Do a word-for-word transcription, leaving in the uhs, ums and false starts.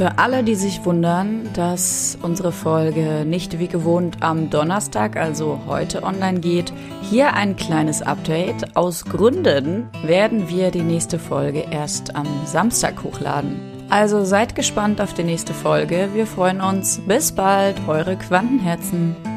Für alle, die sich wundern, dass unsere Folge nicht wie gewohnt am Donnerstag, also heute, online geht, hier ein kleines Update. Aus Gründen werden wir die nächste Folge erst am Samstag hochladen. Also seid gespannt auf die nächste Folge. Wir freuen uns. Bis bald, eure Quantenherzen.